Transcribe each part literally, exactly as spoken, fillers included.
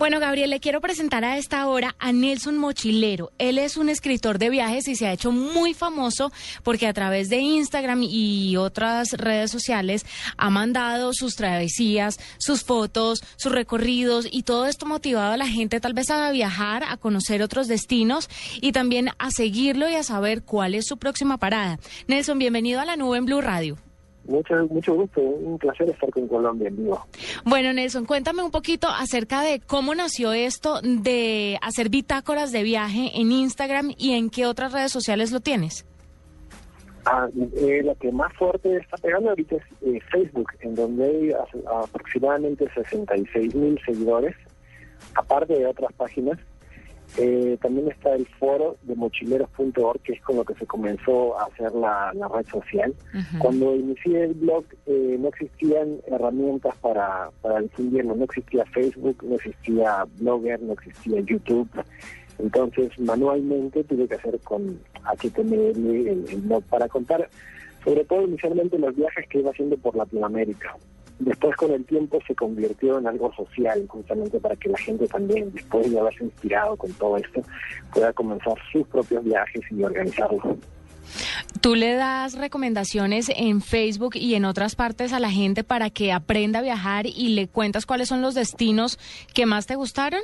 Bueno, Gabriel, le quiero presentar a esta hora a Nelson Mochilero. Él es un escritor de viajes y se ha hecho muy famoso porque a través de Instagram y otras redes sociales ha mandado sus travesías, sus fotos, sus recorridos, y todo esto motivado a la gente tal vez a viajar, a conocer otros destinos y también a seguirlo y a saber cuál es su próxima parada. Nelson, bienvenido a La Nube en Blue Radio. Mucho, mucho gusto, un placer estar con Colombia en vivo. Bueno, Nelson, cuéntame un poquito acerca de cómo nació esto de hacer bitácoras de viaje en Instagram y en qué otras redes sociales lo tienes. Ah, eh, lo que más fuerte está pegando ahorita es eh, Facebook, en donde hay a, aproximadamente sesenta y seis mil seguidores, aparte de otras páginas. Eh, también está el foro de mochileros punto org, que es con lo que se comenzó a hacer la, la red social. Uh-huh. Cuando inicié el blog eh, no existían herramientas para, para difundirlo, no existía Facebook, no existía Blogger, no existía YouTube. Entonces manualmente tuve que hacer con H T M L el, el blog para contar sobre todo inicialmente los viajes que iba haciendo por Latinoamérica. Después, con el tiempo, se convirtió en algo social, justamente para que la gente también, después de haberse inspirado con todo esto, pueda comenzar sus propios viajes y organizarlos. ¿Tú le das recomendaciones en Facebook y en otras partes a la gente para que aprenda a viajar y le cuentas cuáles son los destinos que más te gustaron?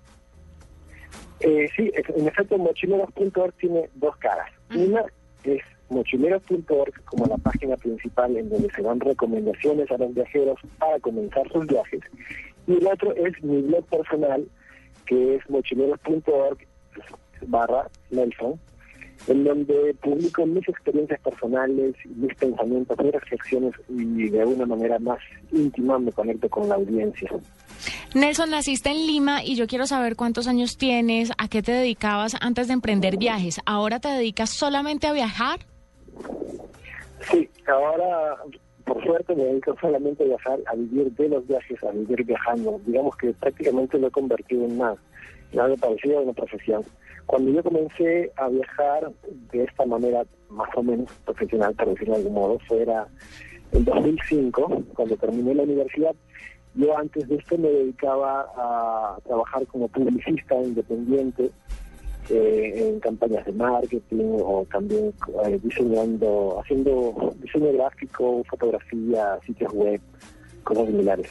Eh, sí, en efecto, mochileros punto org tiene dos caras. Uh-huh. Una es mochileros punto org como la página principal en donde se dan recomendaciones a los viajeros para comenzar sus viajes, y el otro es mi blog personal, que es mochileros punto org barra Nelson, en donde publico mis experiencias personales, mis pensamientos, mis reflexiones, y de alguna manera más íntima me conecto con la audiencia. Nelson, naciste en Lima y yo quiero saber cuántos años tienes, a qué te dedicabas antes de emprender viajes. ¿Ahora te dedicas solamente a viajar? Sí, ahora por suerte me dedico solamente a viajar, a vivir de los viajes, a vivir viajando. Digamos que prácticamente lo he convertido en más, en algo parecido a una profesión. Cuando yo comencé a viajar de esta manera más o menos profesional, por decirlo de algún modo, fue era en dos mil cinco, cuando terminé la universidad. Yo antes de esto me dedicaba a trabajar como publicista independiente, Eh, en campañas de marketing o también eh, diseñando, haciendo diseño gráfico, fotografía, sitios web, cosas similares.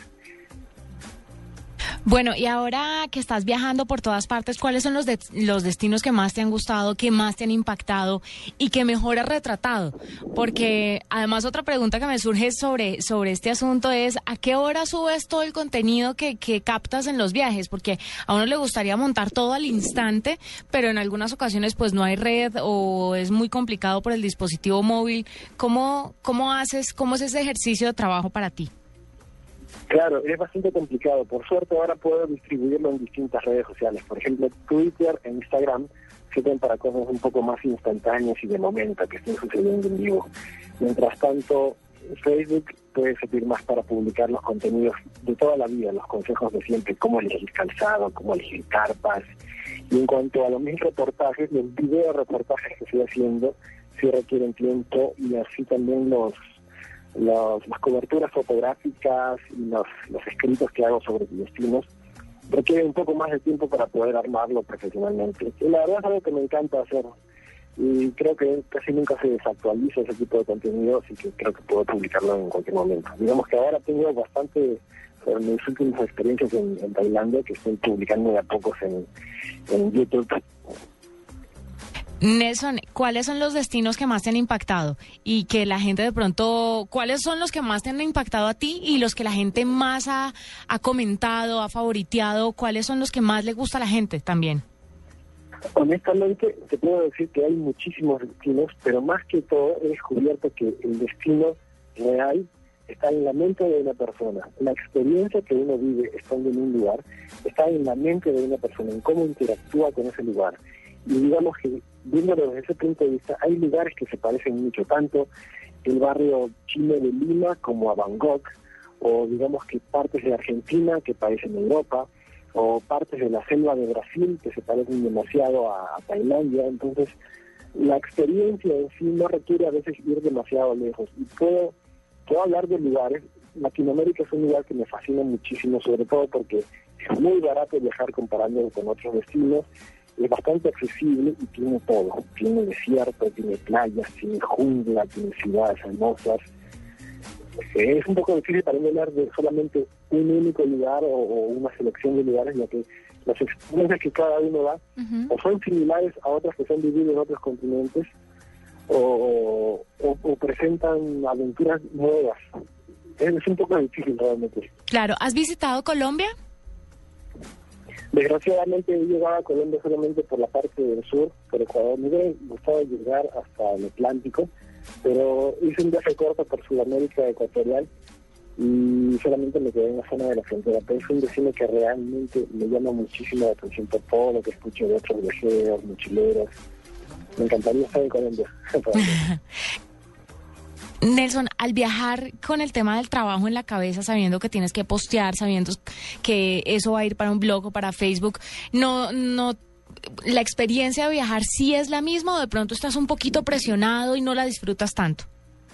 Bueno, y ahora que estás viajando por todas partes, ¿cuáles son los de, los destinos que más te han gustado, que más te han impactado y que mejor has retratado? Porque además otra pregunta que me surge sobre, sobre este asunto es ¿a qué hora subes todo el contenido que, que captas en los viajes? Porque a uno le gustaría montar todo al instante, pero en algunas ocasiones pues no hay red o es muy complicado por el dispositivo móvil. ¿Cómo, cómo haces, cómo es ese ejercicio de trabajo para ti? Claro, es bastante complicado. Por suerte ahora puedo distribuirlo en distintas redes sociales. Por ejemplo, Twitter e Instagram sirven para cosas un poco más instantáneas y de momento que estén sucediendo en vivo. Mientras tanto, Facebook puede servir más para publicar los contenidos de toda la vida, los consejos de siempre, cómo elegir calzado, cómo elegir carpas. Y en cuanto a los mis reportajes, los video reportajes que estoy haciendo sí requieren tiempo, y así también los Los, las coberturas fotográficas y los, los escritos que hago sobre destinos requieren un poco más de tiempo para poder armarlo profesionalmente. Y la verdad es algo que me encanta hacer, y creo que casi nunca se desactualiza ese tipo de contenido, así que creo que puedo publicarlo en cualquier momento. Digamos que ahora tengo bastante sobre mis últimas experiencias en, en Tailandia, que estoy publicando de a pocos en, en YouTube. Nelson, ¿cuáles son los destinos que más te han impactado? Y que la gente de pronto, ¿cuáles son los que más te han impactado a ti y los que la gente más ha, ha comentado, ha favoriteado? ¿Cuáles son los que más le gusta a la gente también? Honestamente, te puedo decir que hay muchísimos destinos, pero más que todo he descubierto que el destino real está en la mente de una persona. La experiencia que uno vive estando en un lugar está en la mente de una persona, en cómo interactúa con ese lugar. Y digamos que, viéndolo desde ese punto de vista, hay lugares que se parecen mucho, tanto el barrio chino de Lima como a Bangkok, o digamos que partes de Argentina que parecen Europa, o partes de la selva de Brasil que se parecen demasiado a, a Tailandia. Entonces, la experiencia en sí no requiere a veces ir demasiado lejos. Y puedo, puedo hablar de lugares. Latinoamérica es un lugar que me fascina muchísimo, sobre todo porque Es muy barato viajar comparando con otros destinos, es bastante accesible y tiene todo. Tiene desierto, tiene playas, tiene jungla, tiene ciudades hermosas. Eh, es un poco difícil para mí hablar de solamente un único lugar o, o una selección de lugares, ya que las experiencias que cada uno da uh-huh. o son similares a otras que se han vivido en otros continentes o, o, o presentan aventuras nuevas. Es un poco difícil realmente. Claro, ¿has visitado Colombia? Desgraciadamente he llegado a Colombia solamente por la parte del sur, por Ecuador. Me hubiera gustado llegar hasta el Atlántico, pero hice un viaje corto por Sudamérica ecuatorial y solamente me quedé en la zona de la frontera. Pero es un destino que realmente me llama muchísimo la atención por todo lo que escucho de otros viajeros, mochileros. Me encantaría estar en Colombia. Nelson, al viajar con el tema del trabajo en la cabeza, sabiendo que tienes que postear, sabiendo que eso va a ir para un blog o para Facebook, no, no, ¿la experiencia de viajar sí es la misma o de pronto estás un poquito presionado y no la disfrutas tanto?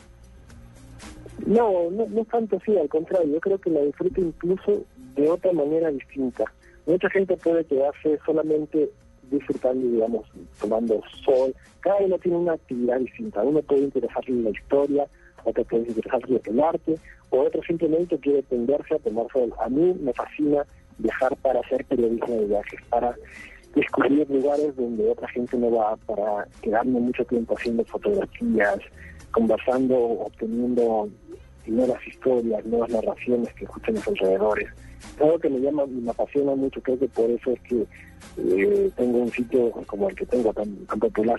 No, no, no tanto así, al contrario, yo creo que la disfruto incluso de otra manera distinta. Mucha gente puede quedarse solamente disfrutando, digamos, tomando sol. Cada uno tiene una actividad distinta. Uno puede interesarle en la historia, otro puede interesarle en el arte, o otro simplemente quiere tenderse a tomar sol. A mí me fascina viajar para hacer periodismo de viajes, para descubrir lugares donde otra gente no va, para quedarme mucho tiempo haciendo fotografías, conversando, obteniendo nuevas historias, nuevas narraciones que escuchan los alrededores. Es algo que me llama y me apasiona mucho. Creo que por eso es que eh, tengo un sitio como el que tengo tan, tan popular.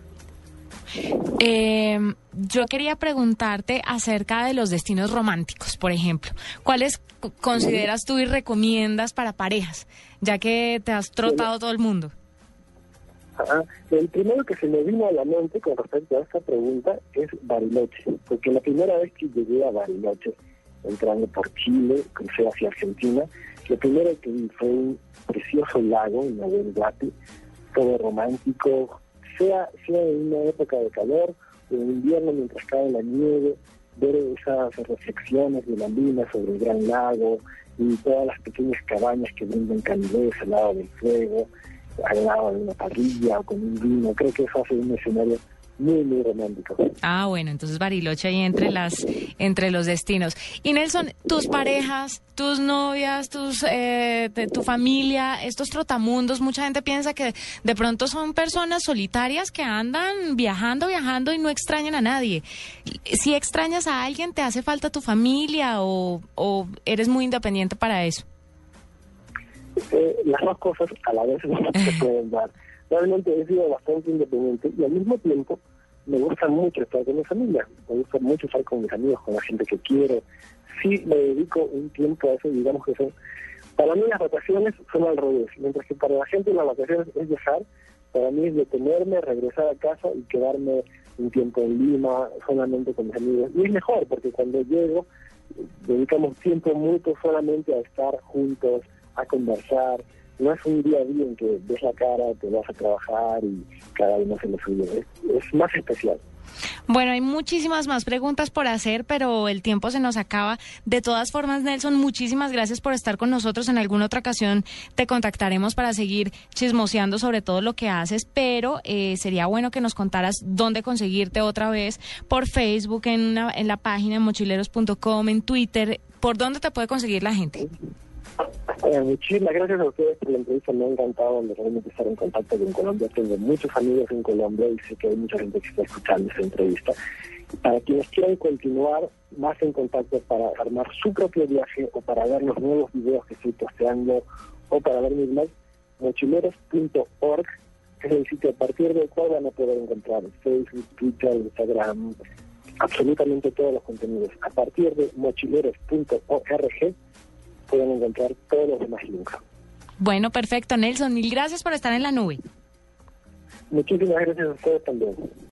Eh, yo quería preguntarte acerca de los destinos románticos, por ejemplo. ¿Cuáles consideras tú y recomiendas para parejas, ya que te has trotado todo el mundo? Ajá. El primero que se me vino a la mente con respecto a esta pregunta es Bariloche, porque la primera vez que llegué a Bariloche, entrando por Chile, crucé hacia Argentina, lo primero que vi fue un precioso lago, en Nahuel Huapi, todo romántico, sea, sea en una época de calor o en invierno mientras cae la nieve, ver esas reflexiones de la luna sobre el gran lago y todas las pequeñas cabañas que brindan calidez al lado del fuego, al lado de una parrilla o con un vino. Creo que eso hace un escenario muy, muy romántico. Ah, bueno, entonces Bariloche ahí entre las entre los destinos. Y Nelson, tus parejas, tus novias, tus eh, de, tu familia, estos trotamundos, mucha gente piensa que de pronto son personas solitarias que andan viajando, viajando y no extrañan a nadie. Si extrañas a alguien, ¿te hace falta tu familia o, o eres muy independiente para eso? Eh, las dos cosas a la vez no se pueden dar. Realmente he sido bastante independiente y al mismo tiempo me gusta mucho estar con mi familia, me gusta mucho estar con mis amigos, con la gente que quiero. Sí me dedico un tiempo a eso, digamos que son... Para mí las vacaciones son al revés, mientras que para la gente las vacaciones es viajar, para mí es detenerme, regresar a casa y quedarme un tiempo en Lima solamente con mis amigos. Y es mejor porque cuando llego dedicamos tiempo mutuo solamente a estar juntos, a conversar. No es un día a día en que ves la cara, te vas a trabajar y cada uno se lo suyo. Es, es más especial. Bueno, hay muchísimas más preguntas por hacer, pero el tiempo se nos acaba. De todas formas, Nelson, muchísimas gracias por estar con nosotros. En alguna otra ocasión te contactaremos para seguir chismoseando sobre todo lo que haces, pero eh, sería bueno que nos contaras dónde conseguirte otra vez, por Facebook, en, una, en la página mochileros punto com, en Twitter. ¿Por dónde te puede conseguir la gente? Eh, muchísimas gracias a ustedes por la entrevista, me ha encantado realmente estar en contacto con Colombia. Tengo muchos amigos en Colombia y sé que hay mucha gente que está escuchando esta entrevista. Para quienes quieran continuar más en contacto para armar su propio viaje o para ver los nuevos videos que estoy posteando o para ver mis blogs, mochileros punto org es el sitio a partir del cual van a poder encontrar Facebook, Twitter, Instagram, absolutamente todos los contenidos. A partir de mochileros punto org pueden encontrar todos los demás links. Bueno, perfecto, Nelson, mil gracias por estar en la nube. Muchísimas gracias a ustedes también.